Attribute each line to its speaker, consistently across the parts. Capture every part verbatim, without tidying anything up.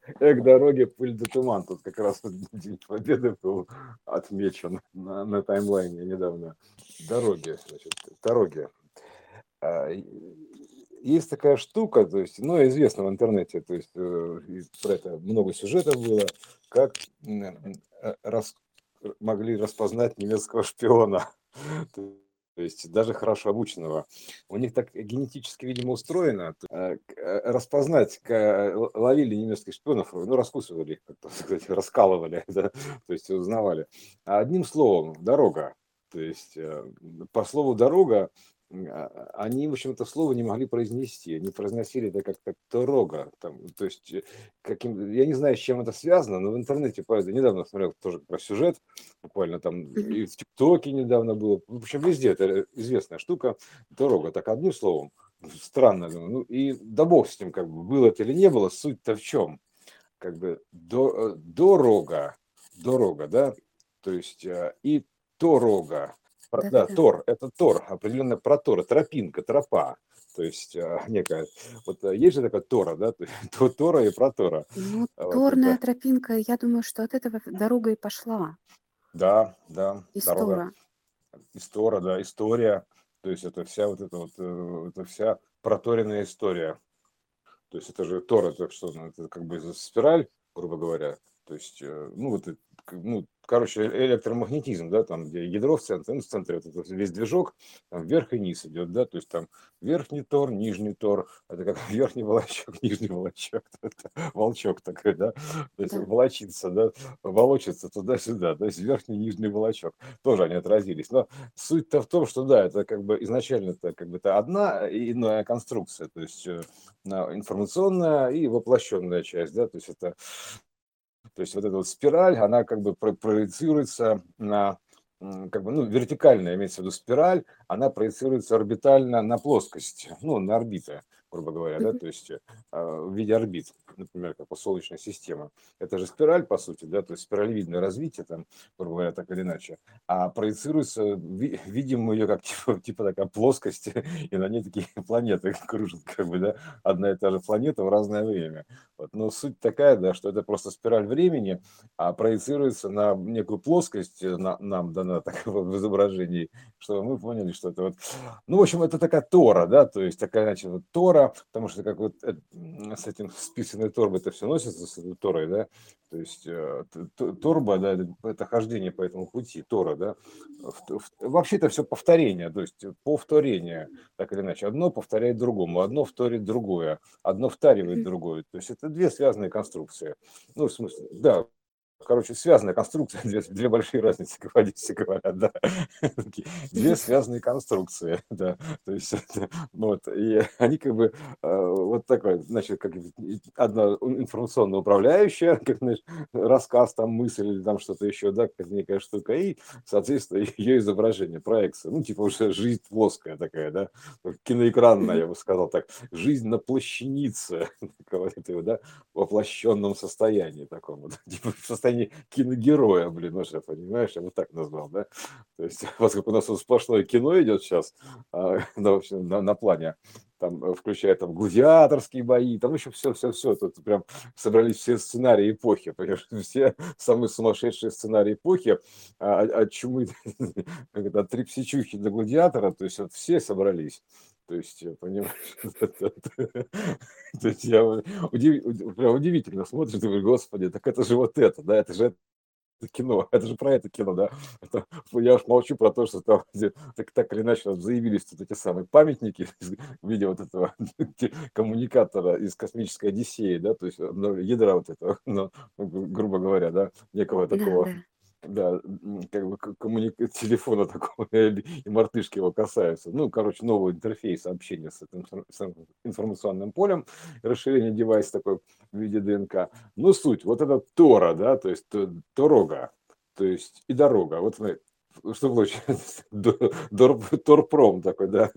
Speaker 1: Эх, дороги, пыль да туман. Тут как раз вот День Победы был отмечен на, на таймлайне недавно. Дороги, значит, дороги. А, и- Есть такая штука, то есть, ну, известно в интернете, то есть э, и про это много сюжетов было, как м, э, рас- могли распознать немецкого шпиона. То есть даже хорошо обученного. У них так генетически, видимо, устроено. э, к- э, Распознать, к- л- ловили немецких шпионов, ну, раскусывали их, как-то, так сказать, раскалывали, да, то есть узнавали. А одним словом, дорога. То есть э, по слову дорога м, а- они, в общем-то, слово не могли произнести. Они произносили это как-то дорога. Там, то есть, э, каким, я не знаю, с чем это связано, но в интернете, правда, недавно смотрел тоже про сюжет, буквально там
Speaker 2: Мгм.
Speaker 1: и в ТикТоке недавно было. В общем, везде это известная штука. Дорога. Так, одним словом, странно. думаю. Ну и да бог с ним, как бы, было это или не было, суть-то в чем? Как бы до, э, дорога, дорога, да, то есть э, и дорога. Про- Да,
Speaker 2: Да-да-да.
Speaker 1: Тор, это Тор, определенно про Тора, тропинка, тропа. То есть э, некая, вот э, есть же такая Тора, да, то есть, то Тора и про Тора.
Speaker 2: Ну,
Speaker 1: Вот
Speaker 2: торная
Speaker 1: это,
Speaker 2: тропинка, я думаю, что от этого дорога и пошла
Speaker 1: да, да,
Speaker 2: из
Speaker 1: дорога.
Speaker 2: Тора.
Speaker 1: История, да, история. То есть это вся вот эта вот, э, это вся проторенная история. То есть это же Тор, это что, ну, это как бы спираль, грубо говоря. То есть, э, ну вот, э, к- ну, короче, электромагнетизм, да, там, где ядро в центре, ну, в центре вот этот весь движок, там вверх и низ идет, да, то есть там верхний Тор, нижний Тор, это как верхний волочок, нижний волочок, это волчок такой, да, то есть
Speaker 2: Да.
Speaker 1: волочится, да, волочится туда-сюда, то есть верхний, нижний волочок, тоже они отразились, но суть-то в том, что, да, это как бы изначально это как бы это одна и иная конструкция, то есть э, на информационная и воплощенная часть, да, то есть это, то есть вот эта вот спираль, она как бы про- проецируется на, м, как бы, ну, вертикальная, имеется в виду спираль, она проецируется орбитально на плоскость, ну, на орбиты, грубо говоря, да,
Speaker 2: Мгм.
Speaker 1: то есть э, в виде орбит, например, как у Солнечной системы. Это же спираль, по сути, да, то есть спиралевидное развитие, там, грубо говоря, так или иначе, а проецируется, ви- видим мы ее как типа, типа такая плоскость, и на ней такие планеты кружат, как бы, да, одна и та же планета в разное время. Вот. Но суть такая, да, что это просто спираль времени, а проецируется на некую плоскость, э, на, нам дана так, вот, в изображении, чтобы мы поняли, что это вот... Ну, в общем, это такая Тора, да, то есть такая, значит, вот Тора, потому что как вот э, м, с этим списанной торбой это все носится, с этой Торой, да, то есть э, т- т- торба, да, это, это хождение по этому пути, Тора, да. В- в- Вообще это все повторение, то есть повторение, так или иначе. Одно повторяет другому, одно вторит другое, одно втаривает
Speaker 2: Мгм.
Speaker 1: другое. То есть это две связанные конструкции. Ну, в смысле, да, короче, связанная конструкция, две, две большие разницы, как водители говорят, да. Такие две связанные конструкции, да. То есть, это, вот, и они как бы э, вот такой, значит, как и- одна информационно управляющая, как, знаешь, рассказ, там, мысль или там что-то еще, да, какая-то некая штука, и, соответственно, ее изображение, проекция. Ну, типа уже жизнь плоская такая, да, киноэкранная,
Speaker 2: Мгм.
Speaker 1: я бы сказал так, жизнь на плащанице, говорит его, да, в воплощенном состоянии таком вот, типа в состоянии киногероя, блин, уже, понимаешь, я бы так назвал, да, то есть, поскольку у нас вот сплошное кино идет сейчас, а, на, в общем, на, на плане, там, э, включая там гладиаторские бои, там еще все-все-все, тут прям собрались все сценарии эпохи, понимаешь, все самые сумасшедшие сценарии эпохи, а, от от чумы, как это, от трипсичухи до гладиатора, то есть вот все собрались. То есть, э, понимаешь, то есть я вот удив- уд- прям удивительно смотришь, думаешь, господи, так это же вот это, да, это же это кино, это же про это кино, да. Это, я уж молчу про то, что там где так, так или иначе вот заявились тут эти самые памятники в виде вот этого коммуникатора из космической Одиссеи, да, то есть ну, ядра вот этого, ну, гру- грубо говоря, да, некого
Speaker 2: Да,
Speaker 1: такого,
Speaker 2: да.
Speaker 1: да, м, как бы к- коммуника- телефона такого, и мартышки его касаются. Ну, короче, новый интерфейс общения с этим инфор- с информационным полем, расширение девайса такой в виде ДНК. Ну, суть, вот это Тора, да, то есть т- дорога, то есть и дорога. Вот смотри, что получается? До- Дор- Торпром такой, да,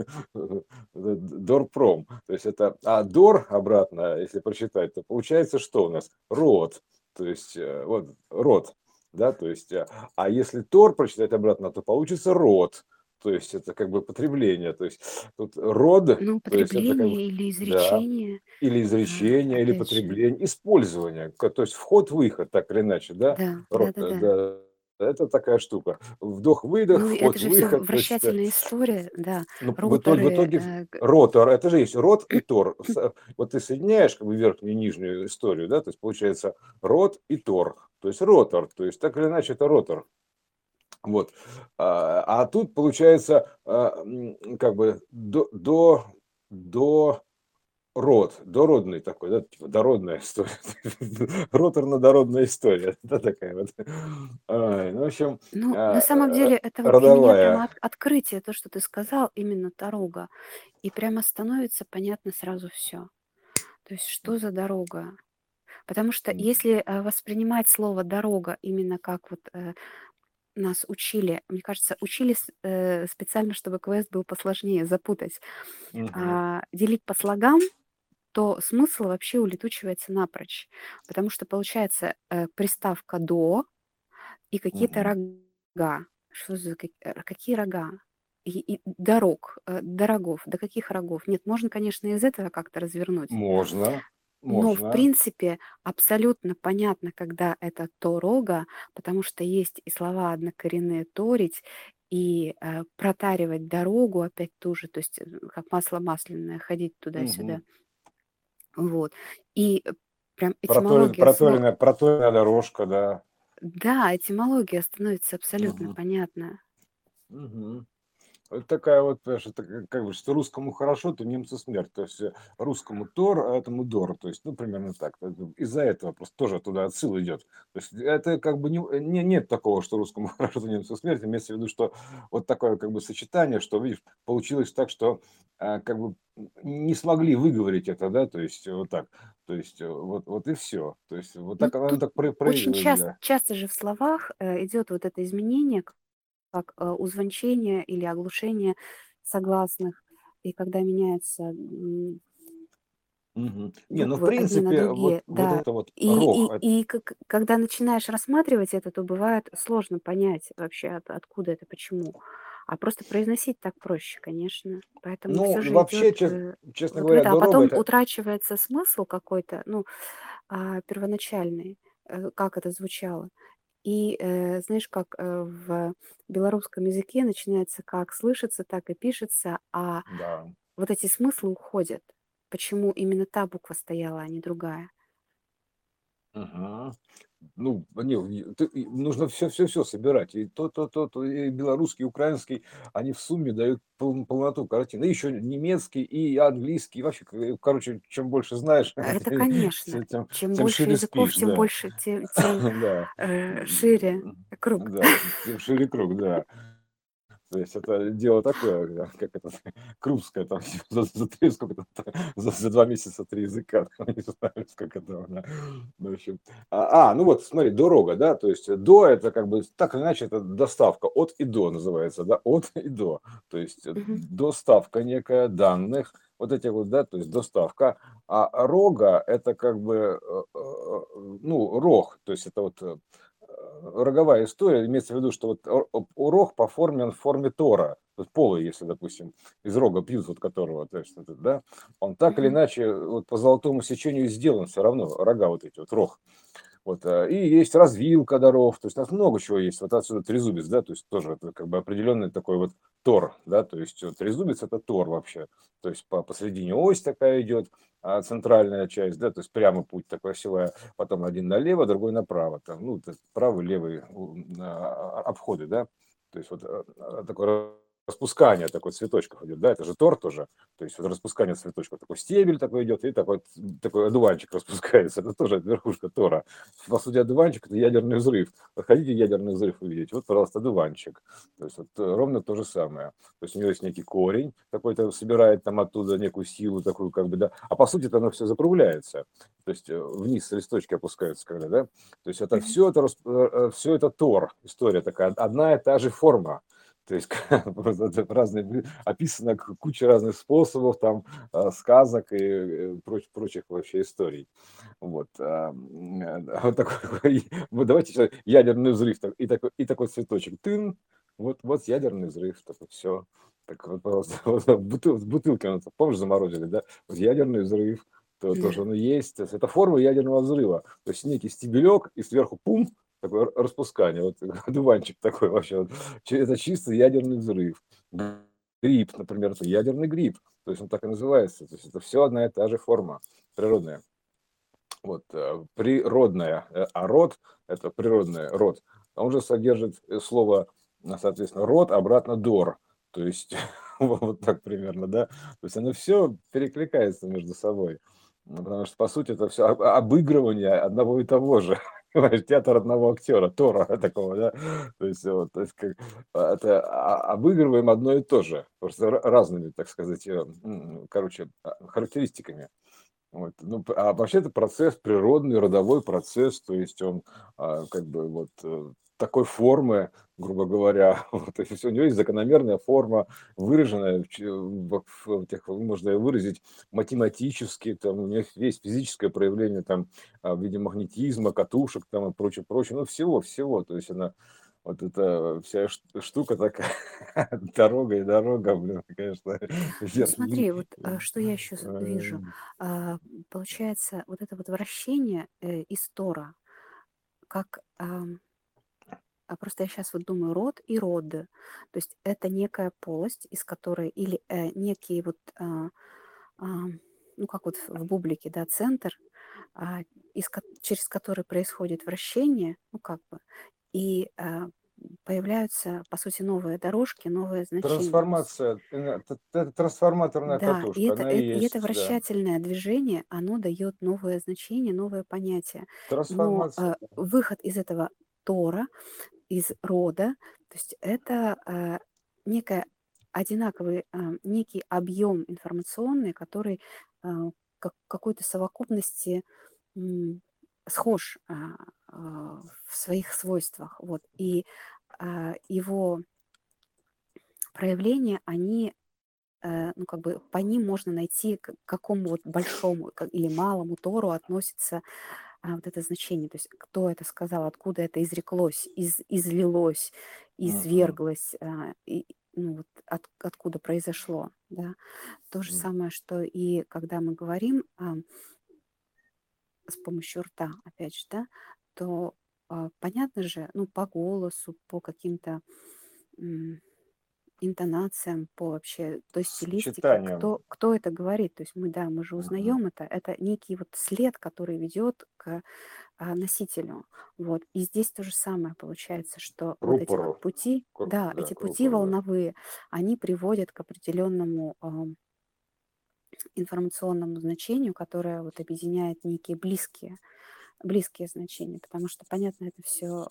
Speaker 1: Дорпром. То есть это, а Дор обратно, если прочитать, то получается, что у нас? Род, то есть э, вот род, да, то есть, э, а если Тор прочитать обратно, то получится род, то есть это как бы потребление, то есть тут род,
Speaker 2: Ну,
Speaker 1: то есть это как бы,
Speaker 2: употребление или
Speaker 1: да,
Speaker 2: изречение,
Speaker 1: или
Speaker 2: а,
Speaker 1: изречение, или
Speaker 2: опять же.
Speaker 1: потребление, использование, ка- то есть вход-выход, так или иначе, да,
Speaker 2: Да,
Speaker 1: род, э,
Speaker 2: да-да-да.
Speaker 1: да, это такая штука. Вдох-выдох,
Speaker 2: Ну, и это же все
Speaker 1: вход-выход, то есть это,
Speaker 2: вращательная история, да.
Speaker 1: ну, в итоге, в
Speaker 2: Роторы,
Speaker 1: итоге
Speaker 2: э, г
Speaker 1: ротор, это же есть рот и тор. С- Вот ты соединяешь как бы верхнюю и нижнюю историю, да, то есть получается рот и тор, то есть ротор, то есть так или иначе это ротор. Вот. А, а тут получается а, м, как бы до, до, до род, дородный такой, да, типа дородная история. Роторно-дородная история. Это такая вот. Ай, ну, в общем,
Speaker 2: Ну, на
Speaker 1: а,
Speaker 2: самом
Speaker 1: э,
Speaker 2: деле, это вот для меня прямо
Speaker 1: родовая.
Speaker 2: от открытие, то, что ты сказал, именно дорога. И прямо становится понятно сразу все. То есть что за дорога? Потому что
Speaker 1: Мгм.
Speaker 2: если, э, воспринимать слово "дорога" именно как вот, э, нас учили, мне кажется, учили с э, специально, чтобы квест был посложнее, запутать,
Speaker 1: Мгм.
Speaker 2: а, делить по слогам, то смысл вообще улетучивается напрочь. Потому что получается, э, приставка "до" и какие-то
Speaker 1: Мгм.
Speaker 2: рога. Что за ка э, какие рога? И и дорог, э, дорогов. До каких рогов? Нет, можно, конечно, из этого как-то развернуть.
Speaker 1: Можно,
Speaker 2: Но, в
Speaker 1: можно.
Speaker 2: принципе, абсолютно понятно, когда это "то-рога", потому что есть и слова однокоренные "торить", и, э, протаривать дорогу опять ту же, то есть, э, как масло масляное, ходить туда-сюда.
Speaker 1: Мгм.
Speaker 2: Вот. И, э, прям
Speaker 1: Проторен,
Speaker 2: этимология слов.
Speaker 1: проторенная, проторенная дорожка, да.
Speaker 2: Да, этимология становится абсолютно
Speaker 1: Мгм.
Speaker 2: понятна.
Speaker 1: Мгм. Вот такая вот, понимаешь, это как как бы, что русскому хорошо, то немцу смерть. То есть, э, русскому тор, а этому дор. То есть, ну, примерно так. Э, Из-за этого просто тоже туда отсыл идет. То есть это как бы не, э, не- нет такого, что русскому хорошо, то немцу смерть. Имеется в виду, что вот такое как бы сочетание, что, видишь, получилось так, что а, как бы не смогли выговорить это, да, то есть вот так. То есть э, вот, вот и все. То есть вот
Speaker 2: Ну,
Speaker 1: так оно
Speaker 2: тут
Speaker 1: так про-
Speaker 2: очень
Speaker 1: проявилось,
Speaker 2: часто
Speaker 1: да.
Speaker 2: часто же в словах, э, идет вот это изменение, к как, э, узвончение или оглушение согласных. И когда меняются, м,
Speaker 1: Мгм. Не, ну в
Speaker 2: буквы одни на
Speaker 1: принципе, вот,
Speaker 2: другие,
Speaker 1: вот
Speaker 2: да.
Speaker 1: это вот
Speaker 2: И
Speaker 1: рог,
Speaker 2: и и как когда начинаешь рассматривать это, то бывает сложно понять вообще, от откуда это, почему. А просто произносить так проще, конечно. Поэтому
Speaker 1: ну,
Speaker 2: все же идет,
Speaker 1: вообще, чес-
Speaker 2: э,
Speaker 1: честно
Speaker 2: вот в
Speaker 1: говоря,
Speaker 2: это. А
Speaker 1: дорога
Speaker 2: потом
Speaker 1: это...
Speaker 2: утрачивается смысл какой-то, ну, а, первоначальный, э, как это звучало. И, э, знаешь, как, э, в белорусском языке начинается как слышится, так и пишется, а
Speaker 1: Да.
Speaker 2: вот эти смыслы уходят. Почему именно та буква стояла, а не другая?
Speaker 1: Мгм. Ну, не, и ты и нужно все, все, все собирать. И то, то, то, то, и белорусский, и украинский, они в сумме дают пол полноту картины. И еще немецкий, и английский. Вообще, к короче, чем больше знаешь,
Speaker 2: Это,
Speaker 1: те
Speaker 2: конечно.
Speaker 1: те тем
Speaker 2: Чем
Speaker 1: тем
Speaker 2: больше
Speaker 1: шире
Speaker 2: языков,
Speaker 1: спишь,
Speaker 2: тем
Speaker 1: да.
Speaker 2: больше, тем тем,
Speaker 1: Да.
Speaker 2: э, шире
Speaker 1: М,
Speaker 2: круг.
Speaker 1: да, тем шире круг, да. То есть это дело такое, да, как это, кружское, там за, за три, сколько там, за, за два месяца три языка, там, не знаю, сколько там, да. Ну, в общем. А, а, ну вот, смотри, дорога, да, то есть до это как бы, так или иначе, это доставка, от и до называется, да, от и до, то есть э,
Speaker 2: Мгм.
Speaker 1: доставка некая данных, вот этих вот, да, то есть доставка, а рога это как бы, э, э, ну, рог, то есть это вот э, роговая история, имеется в виду, что вот о- о- рог по форме, он в форме тора, то есть полый, если, допустим, из рога пьют, вот которого, то есть, это, да, он так или
Speaker 2: Мгм.
Speaker 1: иначе вот по золотому сечению сделан все равно, рога вот эти вот, рог. Вот, э, и есть развилка даров, то есть у нас много чего есть. Вот отсюда трезубец, да, то есть тоже это как бы определенный такой вот тор, да, то есть вот трезубец это тор вообще, то есть по, посередине ось такая идет, а центральная часть, да, то есть прямо путь такой осевая, потом один налево, другой направо, там, ну, то есть правый, левый у, а, обходы, да, то есть вот э, э, такое распускание такой цветочков идет, да, это же тор тоже, то есть вот распускание цветочков, такой стебель такой идет, и такой, такой одуванчик распускается, это тоже верхушка тора. По сути, одуванчик – это ядерный взрыв. Вот хотите ядерный взрыв увидеть? Вот, пожалуйста, одуванчик. То есть вот э, ровно то же самое. То есть у него есть некий корень, какой-то собирает там оттуда некую силу такую, как бы, да. А по сути, оно все закругляется. То есть э, вниз листочки опускаются, когда, да. То есть это
Speaker 2: Мгм.
Speaker 1: все это, все это тор, история такая, одна и та же форма. То есть просто это разные, описано к- куча разных способов, там, э, сказок и э, проч- прочих вообще историй. Вот, а, м, э, вот такой, вот давайте сейчас ядерный взрыв так- и такой, и такой цветочек. Тын, Вот, вот ядерный взрыв, так вот все. Так вот, пожалуйста, вот в бутыл- в бутылке, ну, помнишь, заморозили, да? Вот ядерный взрыв, то тоже
Speaker 2: Да.
Speaker 1: оно есть. То есть это форма ядерного взрыва. То есть некий стебелек и сверху пум, такое р- распускание, вот дуванчик такой вообще. Вот. Чи- Это чисто ядерный взрыв. Гриб, например, это ядерный гриб. То есть он так и называется. То есть это все одна и та же форма природная. Вот, э, природная, э, а род– это природный род. Он же содержит э, слово, э, соответственно, род, обратно дор. То есть вот вот так примерно, да. То есть оно все перекликается между собой. Ну, потому что, по сути, это все обыгрывание одного и того же. Понимаешь, театр одного актера, Тора такого, да. То есть, вот, то есть как, а, это а, обыгрываем одно и то же, просто ра- разными, так сказать, э, м, короче, а, характеристиками. Вот. Ну, п- а вообще это процесс природный, родовой процесс, то есть он а, как бы вот э, такой формы, грубо говоря, вот, то есть у него есть закономерная форма, выраженная, в, ч- в- в этих, можно ее выразить математически, там, у них есть физическое проявление там а, в виде магнетизма, катушек там и прочее, прочее, ну всего, всего, то есть она вот эта вся ш- штука такая, дорога и дорога, блин, конечно,
Speaker 2: Ну
Speaker 1: вверх. и-
Speaker 2: смотри, вот а,
Speaker 1: и,
Speaker 2: что я еще
Speaker 1: э,
Speaker 2: вижу. А, Получается, вот это вот вращение э, из Тора, как ам, а просто я сейчас вот думаю, род и роды. То есть это некая полость, из которой или э, некий вот, а, а, ну как вот в в бублике, да, центр, а, из, ко- через который происходит вращение, ну как бы, и а, появляются, по сути, новые дорожки, новые значения. То есть,
Speaker 1: Трансформация, э, т- т- трансформаторная
Speaker 2: да, и
Speaker 1: катушка,
Speaker 2: это,
Speaker 1: она и
Speaker 2: это, и это
Speaker 1: есть, да.
Speaker 2: вращательное движение, оно дает новое значение, новое понятие. Но
Speaker 1: Трансформация.
Speaker 2: э, выход из этого тора, из рода, то есть это э, некая одинаковый, э, некий объем информационный, который э, как, какой-то совокупности м, схож а, а, в своих свойствах. Вот. И а, его проявления, они, э, ну, как бы по ним можно найти, к какому вот большому к- или малому Тору относится а, вот это значение. То есть кто это сказал, откуда это изреклось, из, излилось,
Speaker 1: Мгм.
Speaker 2: изверглось, а, и, ну, вот от- откуда произошло. Да? То же
Speaker 1: М.
Speaker 2: самое, что и когда мы говорим а, с помощью рта, опять же, да, то а, понятно же, ну, по голосу, по каким-то м, интонациям, по вообще той стилистике,
Speaker 1: Сочетанием.
Speaker 2: кто, кто это говорит. То есть мы, да, мы же
Speaker 1: Мгм.
Speaker 2: узнаем это. Это некий вот след, который ведет к а, носителю. Вот. И здесь то же самое получается, что
Speaker 1: К
Speaker 2: вот эти вот
Speaker 1: рупору.
Speaker 2: пути,
Speaker 1: К-
Speaker 2: да,
Speaker 1: Да,
Speaker 2: эти
Speaker 1: к
Speaker 2: пути
Speaker 1: рупору, да.
Speaker 2: волновые, они приводят к определенному ам, информационному значению, которое вот объединяет некие близкие, близкие значения, потому что, понятно, это все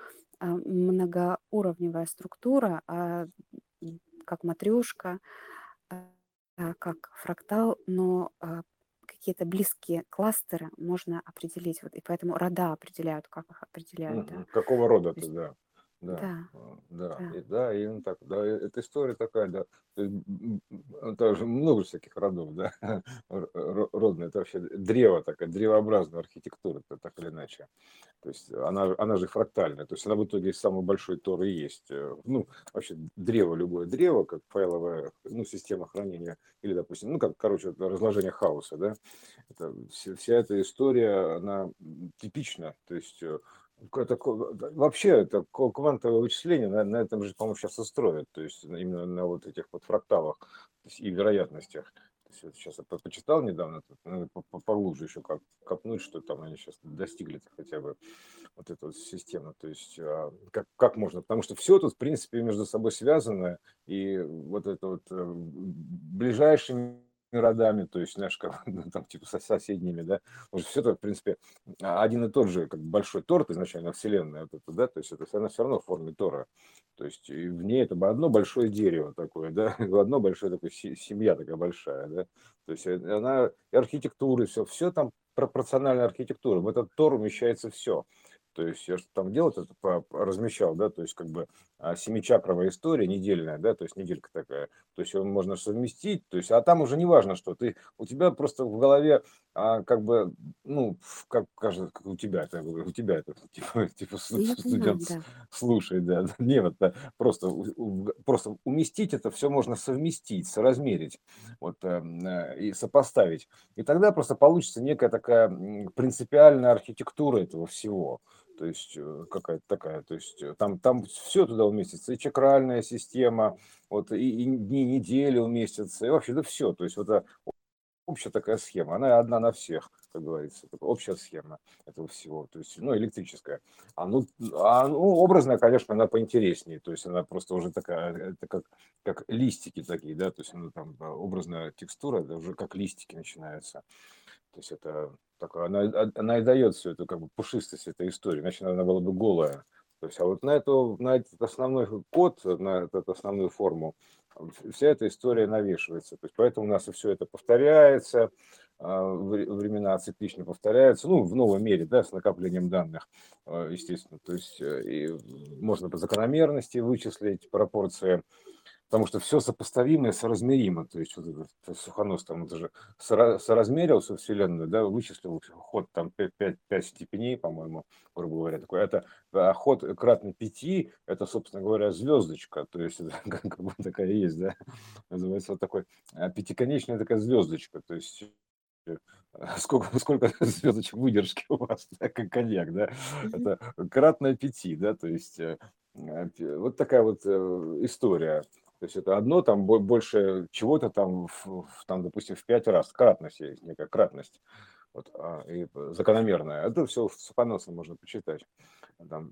Speaker 2: многоуровневая структура, а, м, как матрешка, а, а, как фрактал, но а, какие-то близкие кластеры можно определить, вот, и поэтому рода определяют, как их определяют, да.
Speaker 1: Мгм. Какого рода
Speaker 2: То
Speaker 1: ты,
Speaker 2: есть,
Speaker 1: да. Да,
Speaker 2: да,
Speaker 1: а, да,
Speaker 2: да.
Speaker 1: и, да, именно так. Да, э, эта история такая, да. То есть, м, м, Тоже много всяких родов, да. Р- р- Родная, это вообще древо такая, древообразная архитектура, то так или иначе. То есть она, она же фрактальная, то есть она в итоге самый большой Тор и есть. Э, Ну, вообще древо, любое древо, как файловая, ну, система хранения, или, допустим, ну, как, короче, вот разложение хаоса, да. Это, вся, вся эта история, она м, типична, то есть э, это, ко- да, вообще это ко- квантовое вычисление на, на этом же, по-моему, сейчас и строят, то есть на- именно на вот этих вот фракталах, то есть и вероятностях. То есть вот сейчас я по- почитал недавно, тут, надо по- по- поглубже еще как копнуть, что там они сейчас достигли хотя бы вот эта вот система, то есть а, как, как можно, потому что все тут, в принципе, между собой связано, и вот это вот э, ближайшими родами, то есть, знаешь, как, ну, там, типа, со соседними, да, уже все это, в принципе, а, один и тот же, как бы, большой торт изначально, вселенная, вот это, да, то есть, это она все равно в форме тора, то есть, и в ней это бы одно большое дерево такое, да, одно большое такое, се- семья такая большая, да, то есть, э, она, и архитектура, все, все там пропорциональная архитектура, в этот тор умещается все, то есть я что там делал, это по- по- размещал, да, то есть как бы а, семичакровая история недельная, да, то есть неделька такая, то есть его можно совместить, то есть, а там уже не важно, что ты, у тебя просто в голове а, как бы, ну, ф- как кажется, как у тебя, это, у тебя это, типа, типа сту-
Speaker 2: Я понимаю,
Speaker 1: студент с-
Speaker 2: да.
Speaker 1: слушает, да, не, вот, да, просто, у- у- просто уместить это все можно совместить, соразмерить, вот, эм, э, и сопоставить. И тогда просто получится некая такая м, принципиальная архитектура этого всего. То есть э, какая-то такая, то есть э, там, там все туда уместится, и чакральная система, вот, и, и дни недели уместятся, и вообще, да все. То есть вот э, общая такая схема, она одна на всех, как говорится, такая общая схема этого всего, то есть, ну, электрическая. А ну, а, ну, образная, конечно, она поинтереснее, то есть она просто уже такая, это как, как листики такие, да, то есть она там а, образная текстура, это уже как листики начинаются. То есть это такое, она, а- она и дает всю эту как бы пушистость этой истории, иначе она была бы голая. То есть, а вот на, эту, на этот основной код, на эту основную форму, в- вся эта история навешивается. То есть, поэтому у нас и все это повторяется, а, вре- времена циклично повторяются, ну, в новом мире, да, с накоплением данных, а, естественно. То есть, э, и можно по закономерности вычислить пропорции, потому что все сопоставимо и соразмеримо. То есть вот этот Суханов там это же сора- соразмерил всю Вселенную, да, вычислил ход там пять пять пять степеней, по-моему, грубо говоря, такой. Это а, ход кратный пяти, это, собственно говоря, звездочка. То есть это как, как бы такая есть, да, называется вот такой а, пятиконечная такая звездочка. То есть э, сколько, сколько звездочек выдержки у вас, да, как коньяк, да,
Speaker 2: Мгм.
Speaker 1: это кратное пяти, да, то есть э, э, пи- вот такая вот э, история. То есть это одно там бо- больше чего-то там, в- в- там, допустим, в пять раз. Кратность есть, некая кратность. Вот, а, и п- закономерная. Это все в Сухоносно можно почитать. Там,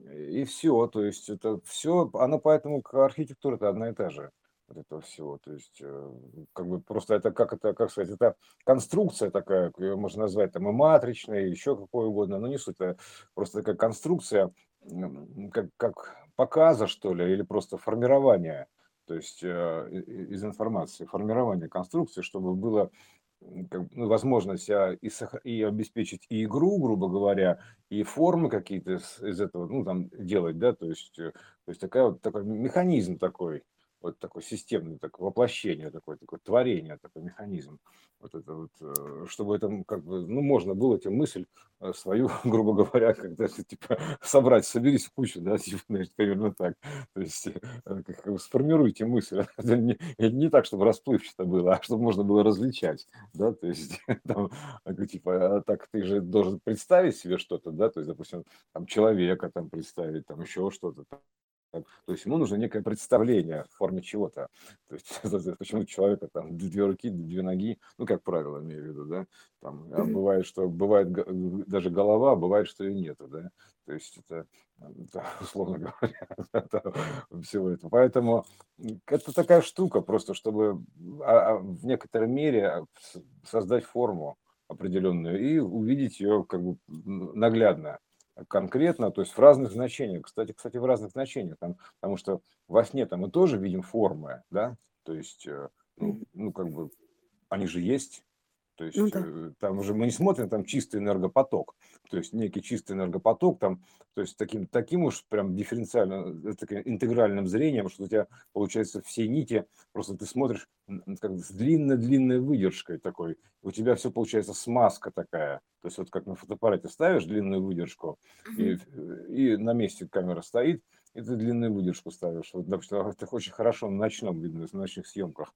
Speaker 1: и все. То есть это все, оно поэтому к- архитектура это одна и та же. Вот этого всего. То есть, э, как бы просто это, как это, как сказать, это конструкция такая, ее можно назвать там и матричной, и еще какой угодно, но не суть. Это просто такая конструкция, м, как, как показа, что ли, или просто формирование, то есть э, и- и- из информации, формирование конструкции, чтобы было м, как бы, ну, возможность а, и, сох- и обеспечить и игру, грубо говоря, и формы какие-то с- из этого, ну, там, делать, да, то есть, э, то есть такая вот такой механизм такой, вот такой системный, такое воплощение, такое, такое творение, такой механизм. Вот это вот, э, чтобы это, м, как бы, ну, можно было эту мысль э, свою, грубо говоря, когда типа собрать, соберись в кучу, да, типа, значит, примерно так. То есть э, как, как бы сформируйте мысль. Это не, это не так, чтобы расплывчато было, а чтобы можно было различать, да, то есть там, а, типа, а так ты же должен представить себе что-то, да, то есть, допустим, там человека там представить, там еще что-то, там. То есть ему нужно некое представление в форме чего-то. То есть почему у человека там две руки, две ноги, ну, как правило, имею в виду, да, там, а
Speaker 2: Мгм.
Speaker 1: бывает, что бывает г- даже голова, а бывает, что и нету, да, то есть это, это, условно говоря, это всего этого. Поэтому м, это такая штука просто, чтобы а, а, в некоторой мере а, с- создать форму определенную и увидеть ее как бы м, наглядно, конкретно, то есть в разных значениях. Кстати, кстати, в разных значениях, там, потому что во сне там мы тоже видим формы, да, то есть, э, ну,
Speaker 2: Мгм.
Speaker 1: ну как бы они же есть, то
Speaker 2: Ну
Speaker 1: есть
Speaker 2: да.
Speaker 1: э, там уже мы не смотрим там чистый энергопоток, то есть некий чистый энергопоток там, то есть таким, таким уж прям дифференциальным, э, таким интегральным зрением, что у тебя получается все нити, просто ты смотришь м, м, как бы с длинной-длинной выдержкой такой, у тебя все получается смазка такая, то есть вот как на фотоаппарате ставишь длинную выдержку,
Speaker 2: Мгм.
Speaker 1: и, э, и на месте камера стоит, и ты длинную выдержку ставишь. Вот, допустим, это очень хорошо на ночном видно, на ночных съемках.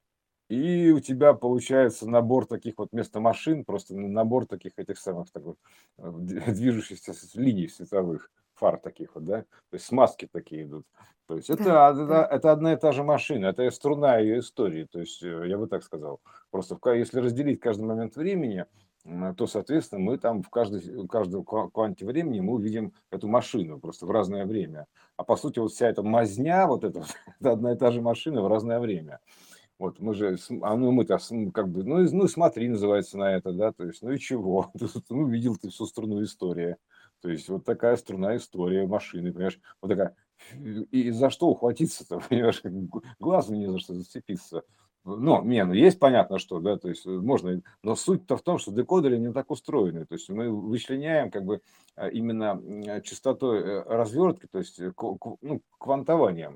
Speaker 1: И у тебя получается набор таких вот вместо машин, просто набор таких этих самых так вот, э, д- движущихся с- линий световых, фар таких вот, да, то есть смазки такие идут. То есть
Speaker 2: Да,
Speaker 1: это, од-
Speaker 2: да.
Speaker 1: это, это одна и та же машина, это струна ее истории, то есть э, я бы так сказал. Просто в ка- если разделить каждый момент времени, м, то, соответственно, мы там в каждой, в каждом ква- кванте времени мы увидим эту машину просто в разное время. А по сути вот вся эта мазня, вот эта, вот, это одна и та же машина в разное время. Вот мы же, см- а ну мы-то см- как бы, ну, и- ну и смотри, называется на это, да, то есть, ну и чего, Ты тут, ну видел ты всю струну истории, то есть вот такая струна история машины, понимаешь, вот такая, и, и за что ухватиться-то, понимаешь, как бы глазу не за что зацепиться. Ну, не, ну есть понятно что, да, то есть э, можно, но суть-то в том, что декодеры не так устроены, то есть мы вычленяем как бы а, именно м, частотой э, развертки, то есть э, ку- ку- ну, квантованием.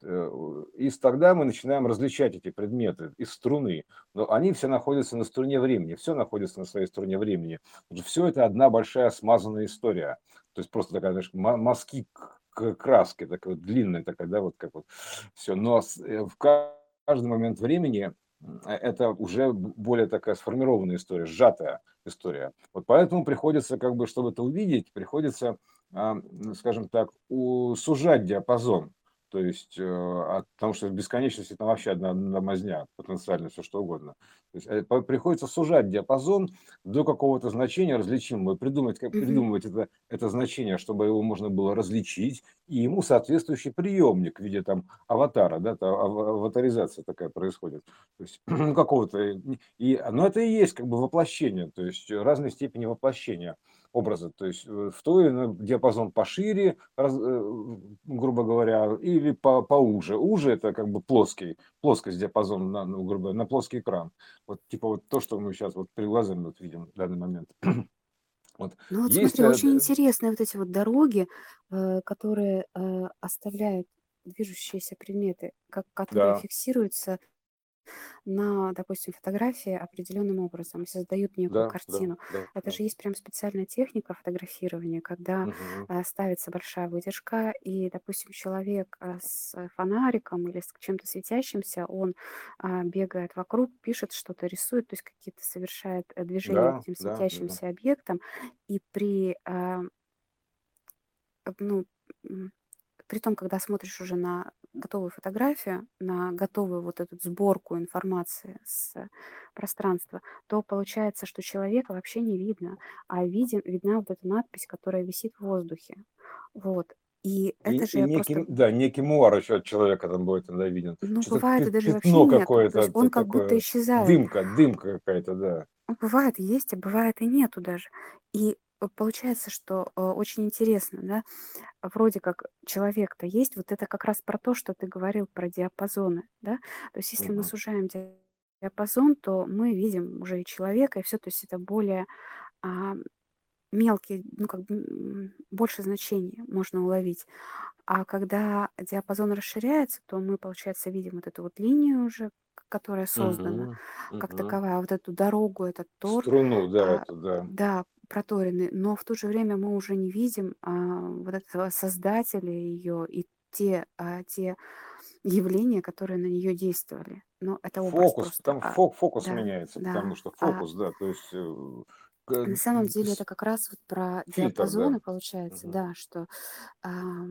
Speaker 1: э, у и с тогда мы начинаем различать эти предметы из струны. Но они все находятся на струне времени, все находится на своей струне времени. Все это одна большая смазанная история. То есть просто такая, знаешь, ма мазки к к краски, такая вот длинная такая, да, вот как вот все. Но с э, в каждый момент времени, м, э, это уже б более такая сформированная история, сжатая история. Вот поэтому приходится, как бы, чтобы это увидеть, приходится, а, м, скажем так, у сужать диапазон. То есть, э, а, потому что в бесконечности там вообще одна одна мазня, потенциально все что угодно. То есть, э, по приходится сужать диапазон до какого-то значения различимого, придумать как
Speaker 2: Мгм.
Speaker 1: придумывать это это значение, чтобы его можно было различить, и ему соответствующий приемник в виде там аватара, да, та ава аватаризация такая происходит. То есть ну, какого-то, э, и, но это и есть как бы воплощение, то есть разной степени воплощения образа. То есть э, в той иной диапазон пошире, раз, э, грубо говоря, или по, поуже. Уже это как бы плоский, плоскость диапазона, на, ну, грубо говоря, на плоский экран. Вот типа вот то, что мы сейчас вот перед глазами вот видим в данный момент. Вот
Speaker 2: Ну вот
Speaker 1: есть,
Speaker 2: смотри,
Speaker 1: э,
Speaker 2: очень
Speaker 1: д-
Speaker 2: интересные вот эти вот дороги, э, которые э, оставляют движущиеся предметы, как, которые
Speaker 1: да,
Speaker 2: фиксируются на, допустим, фотографии определенным образом и создают некую
Speaker 1: да, да,
Speaker 2: картину.
Speaker 1: да,
Speaker 2: Это
Speaker 1: да.
Speaker 2: же есть прям специальная техника фотографирования, когда
Speaker 1: Мгм.
Speaker 2: э, ставится большая вытяжка, и, допустим, человек э, с фонариком или с чем-то светящимся, он а, бегает вокруг, пишет что-то, рисует, то есть какие-то совершает э, движения вот
Speaker 1: Да,
Speaker 2: этим
Speaker 1: да, да.
Speaker 2: светящимся объектом, и при а, э, ну, м, при том, когда смотришь уже на готовую фотографию, на готовую вот эту сборку информации с пространства, то получается, что человека вообще не видно, а виден, видна вот эта надпись, которая висит в воздухе. Вот. И
Speaker 1: И,
Speaker 2: это
Speaker 1: и
Speaker 2: же
Speaker 1: некий,
Speaker 2: просто,
Speaker 1: да, некий муар еще от человека там будет тогда виден.
Speaker 2: ну,
Speaker 1: Что-то
Speaker 2: бывает и
Speaker 1: пи-
Speaker 2: даже вообще
Speaker 1: пятно
Speaker 2: нету. То есть
Speaker 1: какое-то, т-
Speaker 2: он как будто
Speaker 1: такое,
Speaker 2: исчезает.
Speaker 1: дымка, дымка какая-то, да.
Speaker 2: Ну, бывает есть, а бывает и нету даже. И э, получается, что э, очень интересно, да, вроде как человек-то есть, вот это как раз про то, что ты говорил про диапазоны, да. То есть если мы
Speaker 1: Мгм.
Speaker 2: сужаем ди- диапазон, то мы видим уже и человека, и все, то есть это более а, мелкие, ну, как бы м, больше значений можно уловить. А когда диапазон расширяется, то мы, получается, видим вот эту вот линию уже, к- которая создана
Speaker 1: Мгм.
Speaker 2: как
Speaker 1: Мгм.
Speaker 2: таковая, вот эту дорогу, этот тор,
Speaker 1: Струну, да,
Speaker 2: а,
Speaker 1: это да.
Speaker 2: да, проторенный, но в то же время мы уже не видим а, вот этого создателя ее и те, а, те явления, которые на нее действовали. Но это образ
Speaker 1: Фокус,
Speaker 2: просто.
Speaker 1: там
Speaker 2: А,
Speaker 1: фо- фокус
Speaker 2: да,
Speaker 1: меняется, потому
Speaker 2: да.
Speaker 1: что
Speaker 2: А
Speaker 1: фокус, да, то есть э, к-
Speaker 2: на самом деле
Speaker 1: с-
Speaker 2: это как раз вот про
Speaker 1: фильтр, да.
Speaker 2: диапазоны получается,
Speaker 1: Мгм.
Speaker 2: да, что а,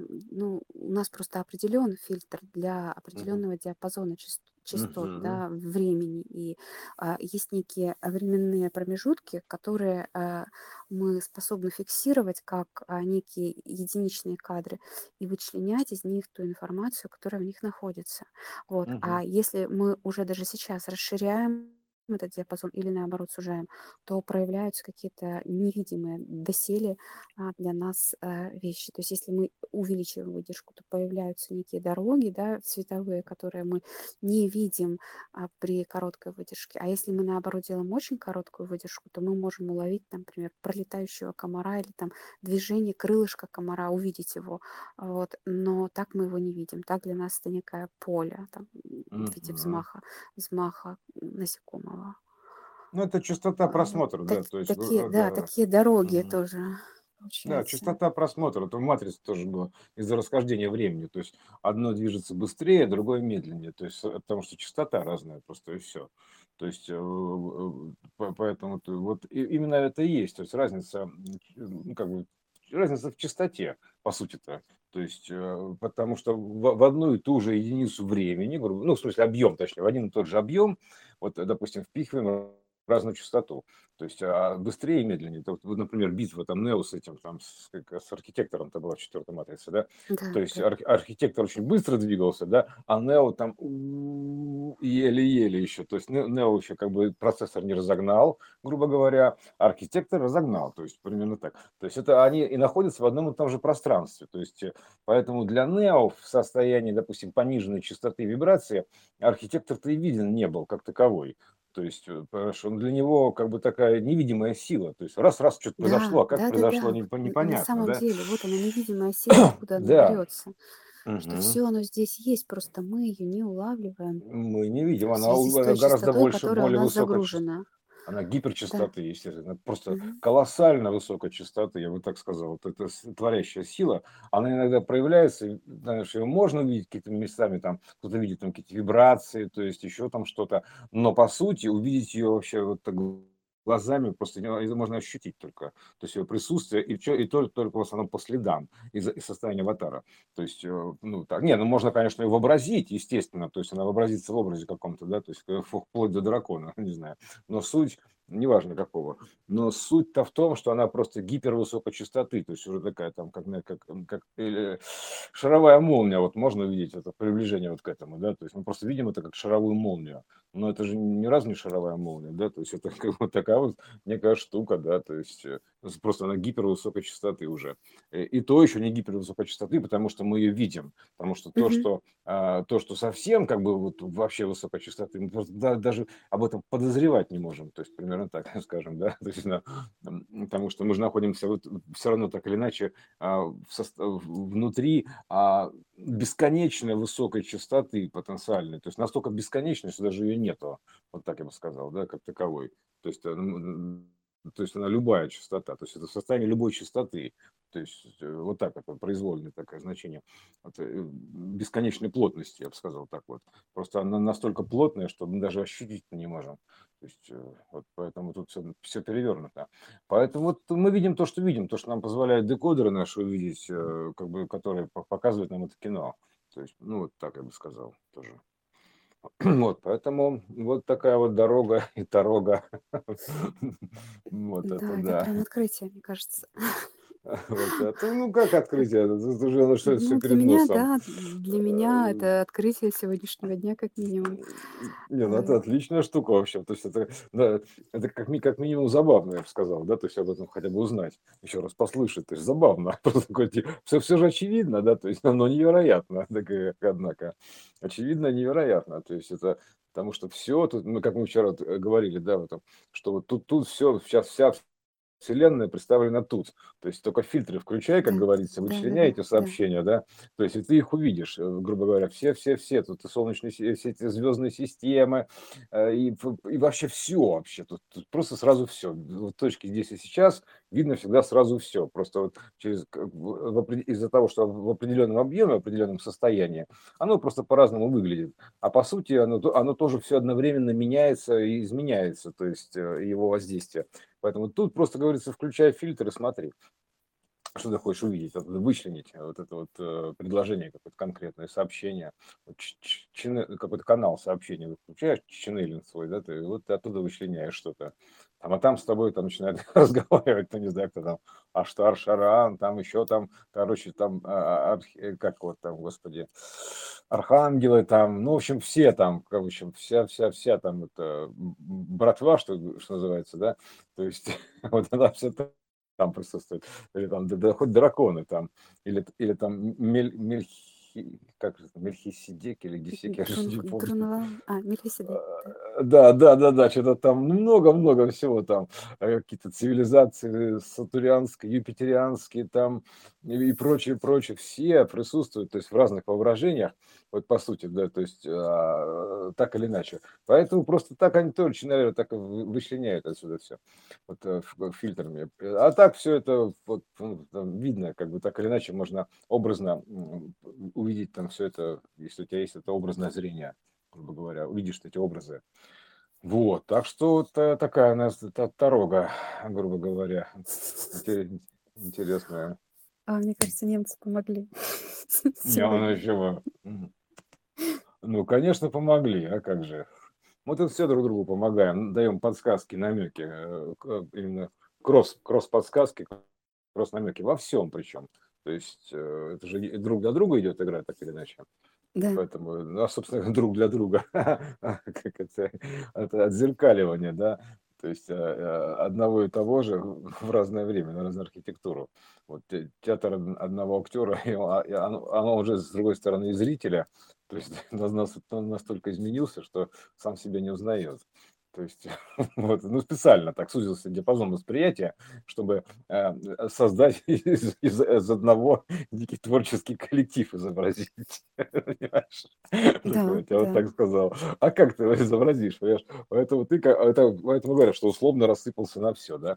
Speaker 2: ну, у нас просто определенный фильтр для
Speaker 1: Мгм.
Speaker 2: определенного диапазона част- частот,
Speaker 1: Мгм.
Speaker 2: да, времени. И а, есть некие временные промежутки, которые а, мы способны фиксировать как а, некие единичные кадры и вычленять из них ту информацию, которая в них находится. Вот. А
Speaker 1: Мгм.
Speaker 2: если мы уже даже сейчас расширяем этот диапазон или наоборот сужаем, то проявляются какие-то невидимые доселе а, для нас а, вещи. То есть если мы увеличиваем выдержку, то появляются некие дороги, да, световые, которые мы не видим а, при короткой выдержке. А если мы наоборот делаем очень короткую выдержку, то мы можем уловить, например, пролетающего комара или там движение крылышка комара, увидеть его. Вот. Но так мы его не видим. Так для нас это некое поле там, в виде
Speaker 1: Мгм.
Speaker 2: взмаха, взмаха насекомого.
Speaker 1: Ну, это частота
Speaker 2: А, вот
Speaker 1: просмотра,
Speaker 2: так-
Speaker 1: да, то есть,
Speaker 2: такие,
Speaker 1: э,
Speaker 2: да,
Speaker 1: да.
Speaker 2: такие дороги
Speaker 1: Мгм.
Speaker 2: тоже
Speaker 1: Да,
Speaker 2: получается.
Speaker 1: частота просмотра, это в «Матрице» тоже было из-за расхождения времени. То есть одно движется быстрее, другое медленнее. То есть, э, потому что частота разная просто, и все. То есть, э, э, по поэтому т вот и именно это и есть. То есть разница, м, ч ну, как бы, разница в частоте, по сути-то. То есть, э, потому что в в одну и ту же единицу времени, грубо ну, в смысле объем, точнее, в один и тот же объем, вот, э, допустим, впихиваем разную частоту. То есть, а быстрее и медленнее. Это вот, вот, например, битва там Нео с этим, там, с, как, с архитектором-то была в четвертой матрице, да?
Speaker 2: Да,
Speaker 1: То есть
Speaker 2: да.
Speaker 1: арх- архитектор очень быстро двигался, да, а Нео там у- еле-еле еще. То есть Не- Нео еще как бы процессор не разогнал, грубо говоря, а архитектор разогнал. То есть примерно так. То есть это они и находятся в одном и том же пространстве. То есть э, поэтому для Нео в состоянии, допустим, пониженной частоты вибрации архитектор-то и виден не был как таковой. То есть, э, понимаешь, он для него как бы такая невидимая сила. То есть раз-раз что-то произошло,
Speaker 2: Да,
Speaker 1: а как произошло,
Speaker 2: да-да-да.
Speaker 1: непо-
Speaker 2: Н- На
Speaker 1: непонятно,
Speaker 2: самом
Speaker 1: да?
Speaker 2: деле, вот она невидимая сила, откуда она
Speaker 1: Да,
Speaker 2: берется. что
Speaker 1: Мгм.
Speaker 2: все оно здесь есть, просто мы ее не улавливаем
Speaker 1: Мы не видим,
Speaker 2: в
Speaker 1: она,
Speaker 2: связи
Speaker 1: у-
Speaker 2: с
Speaker 1: она
Speaker 2: той
Speaker 1: гораздо
Speaker 2: частотой,
Speaker 1: больше,
Speaker 2: которая у
Speaker 1: более
Speaker 2: нас
Speaker 1: высокая частота.
Speaker 2: загружена.
Speaker 1: Она
Speaker 2: Да.
Speaker 1: гиперчастоты, естественно, просто
Speaker 2: Мгм.
Speaker 1: колоссально высокой частоты, я бы так сказал. Вот эта с- творящая сила, она иногда проявляется, и, знаешь, ее можно увидеть какими-то местами, там, кто-то видит там какие-то вибрации, то есть еще там что-то, но по сути увидеть ее вообще вот так глазами просто не- это можно ощутить только, то есть ее присутствие, и, чё- и только, только в основном по следам из, из состояния аватара. То есть, э, ну, так, не, ну, можно, конечно, ее вообразить, естественно, то есть она вообразится в образе каком-то, да, то есть э, фу- вплоть до дракона, не знаю, но суть, неважно какого, но суть-то в том, что она просто гипервысокой частоты, то есть уже такая там, как, на- как, м, как э, шаровая молния, вот можно увидеть это приближение вот к этому, да, то есть мы просто видим это как шаровую молнию, но это же ни разу не шаровая молния, да, то есть это как вот такая вот некая штука, да, то есть э, просто она гипервысокой частоты уже. Э, И то еще не гипервысокой частоты, потому что мы ее видим, потому что то,
Speaker 2: Мгм.
Speaker 1: что, а, то, что совсем как бы вот вообще высокой частоты, мы просто да- даже об этом подозревать не можем, то есть примерно так, скажем, да, то есть, на- м, потому что мы же находимся вот все равно так или иначе а, в состо- в- внутри а, бесконечно высокой частоты потенциальной, то есть настолько бесконечной, что даже ее нету, вот так я бы сказал, да, как таковой. То есть, э, м, то есть она любая частота, то есть это состояние любой частоты, то есть э, вот так это произвольное такое значение. Вот, э, бесконечной плотности, я бы сказал так вот. Просто она настолько плотная, что мы даже ощутить не можем. То есть э, вот поэтому тут все, все перевернуто. Поэтому вот мы видим то, что видим, то, что нам позволяют декодеры наши увидеть, э, как бы, которые по- показывают нам это кино. То есть, ну вот так я бы сказал тоже. Вот, поэтому вот такая вот дорога и дорога. Вот это
Speaker 2: Да, это
Speaker 1: да.
Speaker 2: прям открытие, мне кажется.
Speaker 1: Вот это, ну как открытие? Это уже ну, что все
Speaker 2: Ну, для
Speaker 1: перед
Speaker 2: меня,
Speaker 1: носом.
Speaker 2: да, для меня
Speaker 1: Э,
Speaker 2: это открытие сегодняшнего дня как минимум.
Speaker 1: Не, ну это
Speaker 2: Э,
Speaker 1: отличная штука вообще. То есть это, да, это как, ми- как минимум забавно, я бы сказал, да, то есть об этом хотя бы узнать, еще раз послушать, то есть забавно. Просто такое, все, все же очевидно, да, то есть, но невероятно, так, э, однако. Очевидно, невероятно. То есть это потому что все, тут, ну, как мы вчера вот, э, говорили, да, вот, там, что вот тут, тут все, сейчас вся Вселенная представлена тут. То есть только фильтры включай, как
Speaker 2: да,
Speaker 1: говорится,
Speaker 2: да-да-да,
Speaker 1: вычленяй эти
Speaker 2: да.
Speaker 1: сообщения, да, то есть и ты их увидишь, э, грубо говоря, все-все-все, тут и солнечные, си- все эти звездные системы, э, и, ф- и вообще все вообще, тут, тут просто сразу все. В точке здесь и сейчас видно всегда сразу все. Просто вот через, как в- в опре- из-за того, что в определенном объеме, в определенном состоянии, оно просто по-разному выглядит. А по сути оно, то- оно тоже все одновременно меняется и изменяется, то есть э, его воздействие. Поэтому тут просто говорится, включай фильтр и смотри, что ты хочешь увидеть, вот, вычленить э, вот это вот э, предложение, какое-то конкретное сообщение, вот ч- ч- чenne- какой-то канал сообщений вот включаешь, ченнелинг свой, да, ты вот ты оттуда вычленяешь что-то. Там, а там с тобой там начинает разговаривать, ну не знаю, кто там, Аштар, Шаран, там еще там, короче, там, а, а, архи- э, как вот там, господи, архангелы там, ну, в общем, все там, в общем, вся, вся, вся там, это, м, братва, что, что называется, да, то есть вот она все там присутствует, или там да, да хоть драконы там, или, или там Мель, Мельхи, как же это, Мельхиседек или Десек, я же
Speaker 2: Друн,
Speaker 1: не помню.
Speaker 2: Друнвал, а, Мельхиседек, да.
Speaker 1: Э, Да, да, да, да, что-то там много-много всего там, э, какие-то цивилизации сатурианские, юпитерианские там и и прочее, прочее, все присутствуют, то есть в разных воображениях, вот по сути, да, то есть а, так или иначе. Поэтому просто так они точно, наверное, так и вы- вычленяют отсюда все, вот э, ф- фильтрами. А так все это вот, ну, там видно, как бы так или иначе можно образно м, увидеть там все это, если у тебя есть это образное зрение, грубо говоря, увидишь эти образы. Вот, так что вот э, такая у нас та- дорога, грубо говоря, Интер- интересная.
Speaker 2: А мне кажется, немцы помогли
Speaker 1: Не, ну
Speaker 2: сегодня.
Speaker 1: еще бы. Ну, конечно, помогли, а как же. Мы тут все друг другу помогаем, даем подсказки, намеки, э, к- именно кросс, кросс-подсказки, кросс-намеки во всем причем. То есть э, это же и друг для друга идет игра, так или иначе.
Speaker 2: Да.
Speaker 1: Поэтому, ну, а, собственно, друг для друга, как это, это отзеркаливание, да, то есть э, э, одного и того же в разное время, на разную архитектуру. Вот те- театр од- одного актера, и он- а- и оно, оно уже с другой стороны и зрителя, то есть нас, нас- он настолько изменился, что сам себя не узнает. То есть, вот, ну, специально так сузился диапазон восприятия, чтобы э, создать из, из- из одного некий творческий коллектив изобразить. Понимаешь?
Speaker 2: Да,
Speaker 1: Такой, я вот
Speaker 2: да.
Speaker 1: так сказал. А как ты его изобразишь? Понимаешь? Поэтому ты, ка- это, поэтому говорят, что условно рассыпался на все, да.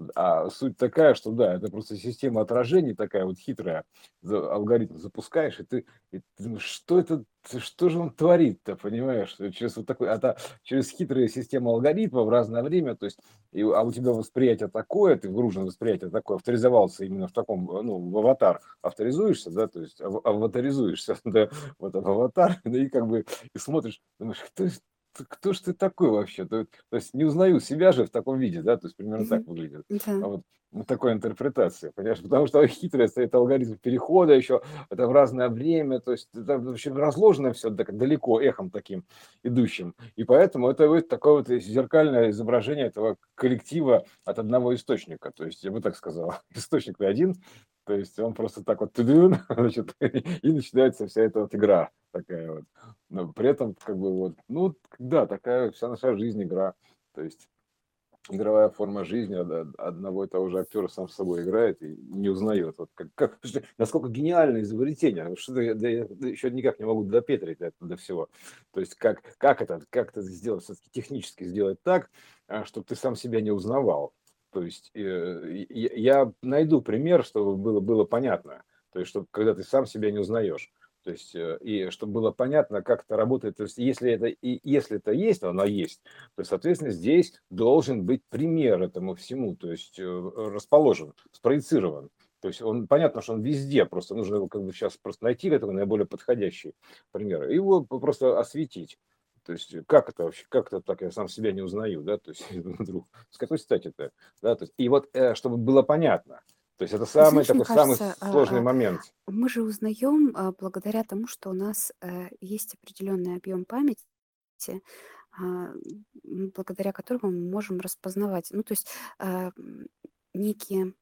Speaker 1: А суть такая, что да, это просто система отражений такая вот хитрая, за- алгоритм запускаешь, и ты, и ты думаешь, что это, что же он творит-то, понимаешь? Через вот такой, а через хитрые системы алгоритмов в разное время, то есть, и, а у тебя восприятие такое, ты вгружен в восприятие такое, авторизовался именно в таком, э, ну, в аватар, авторизуешься, да, то есть ав- аватаризуешься, да, вот в аватар, ну, и как бы и смотришь, думаешь, кто, ж- ты- кто ж ты такой вообще? То, то есть не узнаю себя же в таком виде, да, то есть примерно так
Speaker 2: Мгм.
Speaker 1: выглядит.
Speaker 2: Да.
Speaker 1: А вот ну, такой интерпретация, понимаешь, потому что хитрая стоит алгоритм перехода еще, это в разное время, то есть это вообще разложено все так далеко, эхом таким идущим. И поэтому это вот такое вот зеркальное изображение этого коллектива от одного источника. То есть я бы так сказал, источник один, то есть он просто так вот тудун, значит, и начинается вся эта вот игра такая вот. Но при этом как бы вот, ну да, такая вся наша жизнь игра. То есть игровая форма жизни од- одного и того же актера сам с собой играет и не узнает. Вот как, как, слушайте, насколько гениальное изобретение. Вот что-то я, да я еще никак не могу допетрить до, до всего. То есть как, как это, как это сделать, все-таки технически сделать так, чтобы ты сам себя не узнавал. То есть э, и- и я найду пример, чтобы было, было понятно. То есть, чтобы когда ты сам себя не узнаешь. То есть, э, и чтобы было понятно, как это работает. То есть, если это, и, если это есть, оно есть, то, соответственно, здесь должен быть пример этому всему, то есть э, расположен, спроецирован. То есть он, понятно, что он везде, просто нужно его как бы сейчас просто найти этого наиболее подходящий пример, и его просто осветить. То есть как это вообще, как это так, я сам себя не узнаю, да, то есть вдруг, с какой стати это, да, то есть, и вот, э, чтобы было понятно, то есть это
Speaker 2: Ты
Speaker 1: самый
Speaker 2: знаешь, мне
Speaker 1: такой самый
Speaker 2: кажется,
Speaker 1: сложный
Speaker 2: а, а,
Speaker 1: момент.
Speaker 2: мы же узнаем а, благодаря тому, что у нас э, есть определенный объем памяти, а, м, благодаря которому мы можем распознавать, ну, то есть а, м, некие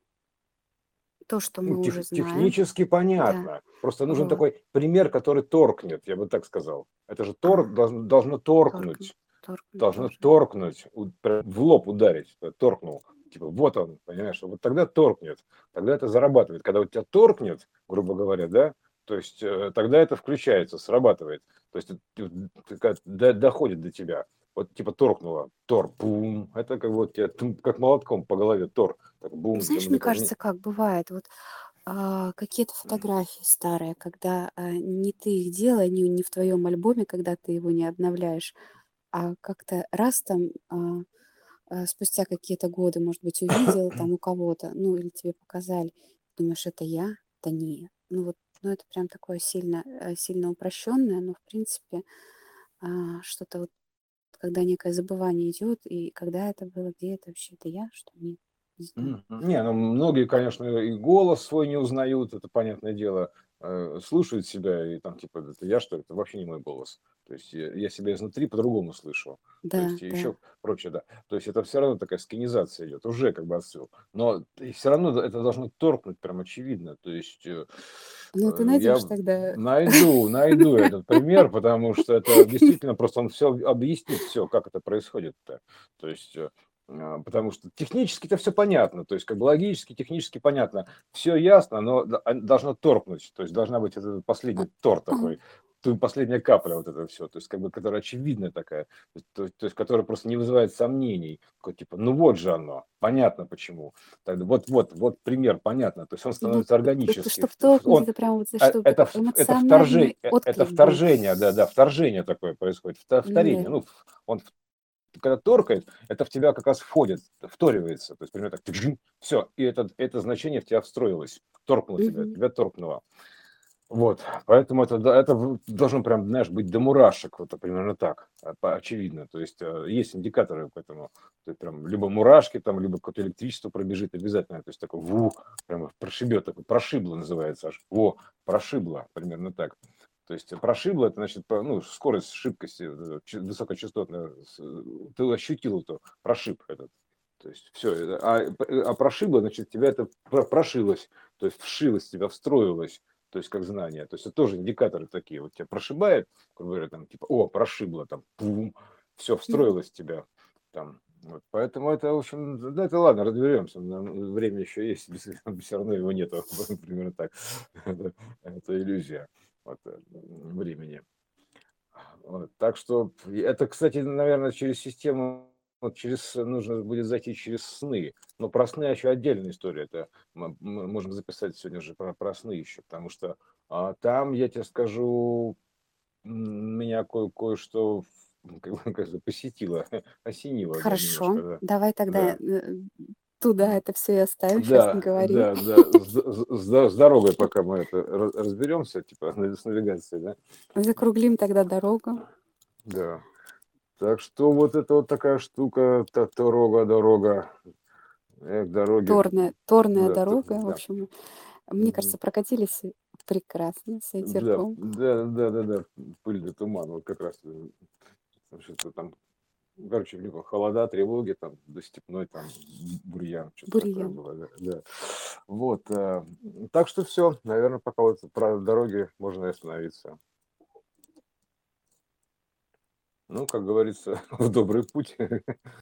Speaker 2: то, что
Speaker 1: Ну,
Speaker 2: мы уже
Speaker 1: тех-
Speaker 2: знаем,
Speaker 1: технически
Speaker 2: да,
Speaker 1: понятно. Просто нужен
Speaker 2: вот,
Speaker 1: такой пример, который торкнет, я бы так сказал. Это же
Speaker 2: а,
Speaker 1: тор, должно, должно
Speaker 2: торкнуть,
Speaker 1: торкнуть,
Speaker 2: торкнуть
Speaker 1: должно
Speaker 2: должен.
Speaker 1: торкнуть, у- прям в лоб ударить, э, торкнул. Типа, вот он, понимаешь, вот тогда торкнет, тогда это зарабатывает. Когда у тебя торкнет, грубо говоря, да, то есть э, тогда это включается, срабатывает. То есть ты- ты как до- доходит до тебя. Вот типа торкнуло, тор, бум, это как вот тебе тум, как молотком по голове, тор, так
Speaker 2: Ну,
Speaker 1: бум,
Speaker 2: знаешь,
Speaker 1: там
Speaker 2: мне
Speaker 1: это не-
Speaker 2: кажется, как бывает, вот а, какие-то фотографии старые, когда а, не ты их делала, не, не в твоем альбоме, когда ты его не обновляешь, а как-то раз там а, а, спустя какие-то годы, может быть, увидела там у кого-то, ну или тебе показали, думаешь, это я? Да нет. Ну вот, ну это прям такое сильно, э, сильно упрощенное, но в принципе а, что-то вот, когда некое забывание идет, и когда это было, где это вообще, это я, что нет, не знаю.
Speaker 1: Мгм. Не, ну многие, конечно, и голос свой не узнают, это понятное дело, э, слушают себя и там типа, это я что ли, это вообще не мой голос. То есть я, я себя изнутри по-другому слышу. То
Speaker 2: Да,
Speaker 1: есть и
Speaker 2: да.
Speaker 1: еще прочее, да. То есть это все равно такая скинизация идет, уже как бы отсыл. Но все равно это должно торкнуть прям очевидно. То есть э,
Speaker 2: Ну, ты
Speaker 1: э,
Speaker 2: найдешь
Speaker 1: я
Speaker 2: тогда.
Speaker 1: найду, найду этот пример, потому что это действительно просто он все объяснит все, как это происходит-то. То есть э, а, потому что технически это все понятно, то есть как бы логически, технически понятно, все ясно, но д- а, должно торкнуть, то есть должна быть этот последний тор такой, ту- последняя капля вот это все, то есть как бы которая очевидная такая, то, есть то- то есть которая просто не вызывает сомнений, такой, типа, ну вот же оно, понятно почему, тогда вот вот вот пример понятно, то есть он
Speaker 2: Ну,
Speaker 1: становится
Speaker 2: это
Speaker 1: органически,
Speaker 2: чтоб
Speaker 1: в- в-
Speaker 2: торкнуть,
Speaker 1: он
Speaker 2: это прямо вот,
Speaker 1: а,
Speaker 2: чтобы
Speaker 1: это,
Speaker 2: такой
Speaker 1: в- это
Speaker 2: эмоциональный
Speaker 1: вторжение, э, это
Speaker 2: отклик был.
Speaker 1: вторжение, да, да, вторжение такое происходит, вта-
Speaker 2: Да.
Speaker 1: вторение, ну, он когда торкает, это в тебя как раз входит, вторивается. То есть, примерно так, все, и это, это значение в тебя встроилось, торкнуло тебя,
Speaker 2: Мгм.
Speaker 1: тебя торкнуло. Вот, поэтому это, да, это в- должно прям, знаешь, быть до мурашек, вот примерно так, а, по- очевидно. То есть э, есть индикаторы к этому. То есть прям либо мурашки, там, либо какое-то электричество пробежит обязательно. То есть такой, ву, прям прошибет, такой, прошибло называется аж. Во, прошибло, примерно так. То есть прошибло, это значит, по- ну, скорость шибкости вот эта ч- высокочастотная, с- э, ты ощутил это, прошиб этот. То есть все, а, а прошибло, значит, тебя это про- прошилось, то есть вшилось, в тебя встроилось, то есть как знание. То есть это тоже индикаторы такие. Вот тебя прошибает, грубо говоря, там типа, о, прошибло, там, пум, все
Speaker 2: Мгм.
Speaker 1: встроилось в тебя. там. Вот. Поэтому это, в общем, да, это ладно, разберемся. Нам время еще есть, все равно его нету. Примерно так. Это, это иллюзия вот, э, времени. Вот. Так что это, кстати, наверное, через систему, вот через нужно будет зайти через сны. Но про сны еще отдельная история. Это мы, мы можем записать сегодня же про, про сны еще, потому что а, там, я тебе скажу, м, меня кое- кое-что м, как бы, как бы посетило, осенило, да,
Speaker 2: Хорошо,
Speaker 1: немножко, да.
Speaker 2: давай тогда,
Speaker 1: Да.
Speaker 2: э, туда
Speaker 1: М.
Speaker 2: это все и оставим, сейчас не
Speaker 1: Да,
Speaker 2: говори.
Speaker 1: да, да, с, с- с- с дорогой пока мы это ра- разберемся, типа с навигацией, да.
Speaker 2: Закруглим тогда дорогу.
Speaker 1: Да. Так что вот это вот такая штука, та дорога, дорога, эх, дороги,
Speaker 2: Торная торная
Speaker 1: да, т-
Speaker 2: дорога, в
Speaker 1: да,
Speaker 2: общем, мне
Speaker 1: мгм.
Speaker 2: кажется, прокатились прекрасно с
Speaker 1: Да,
Speaker 2: ветерком.
Speaker 1: да, да, да, да, пыль да туман, вот как раз э, что-то там, короче, в него холода, тревоги, там, до степной, там, бурьян, что-то такое
Speaker 2: Бурьян.
Speaker 1: было, да, да. Вот, э, так что все, наверное, пока вот про дороги можно и остановиться. Ну, как говорится, в добрый путь.